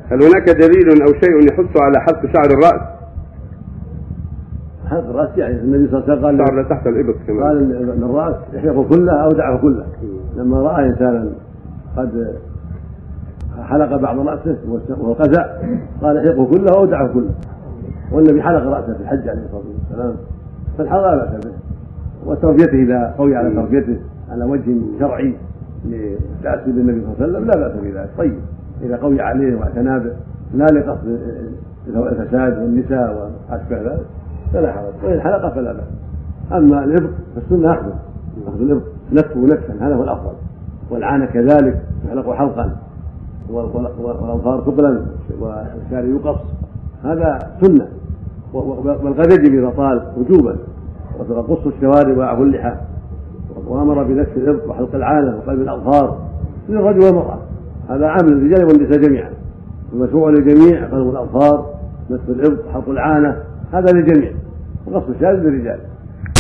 هل هناك دليل أو شيء يحث على حلق شعر الرأس؟ حلق الرأس يعني النبي صلى الله عليه وسلم شعر تحت الإبط كمان. قال أن الرأس يحلق كله أو دعه كله. لما رأى إنسانا قد حلق بعض رأسه وقزع قال احلقه كله أو دعه كله. والنبي حلق رأسه في الحج عليه الصلاة والسلام، فالحلق لا بأس به، وتربيته إذا قوي على تربيته على وجه شرعي لتأسي بالنبي صلى الله عليه وسلم لا بأس بذلك. طيب إذا قوي عليه واعتنى به لا لقصد الفساد والنساء وأشبه ذلك فلا حرج، وإن حلق فلا بأس. أما الإبط فالسنة أخذ الإبط نفه نفسا، هذا هو الأفضل، والعانة كذلك يحلق حلقا والأظفار تقلم والشعر يقص، هذا سنة، بل قد يجب إذا طال وجوبا، وقص الشوارب وأعفو اللحى، وأمر بنفس الإبط وحلق العانة وقلب الأظفار للرجل والمرأة، هذا عام للرجال والنساء جميعا، المشروع للجميع قلب الأظفار نفس الإبط حلق العانة هذا للجميع، وقص الشارب للرجال.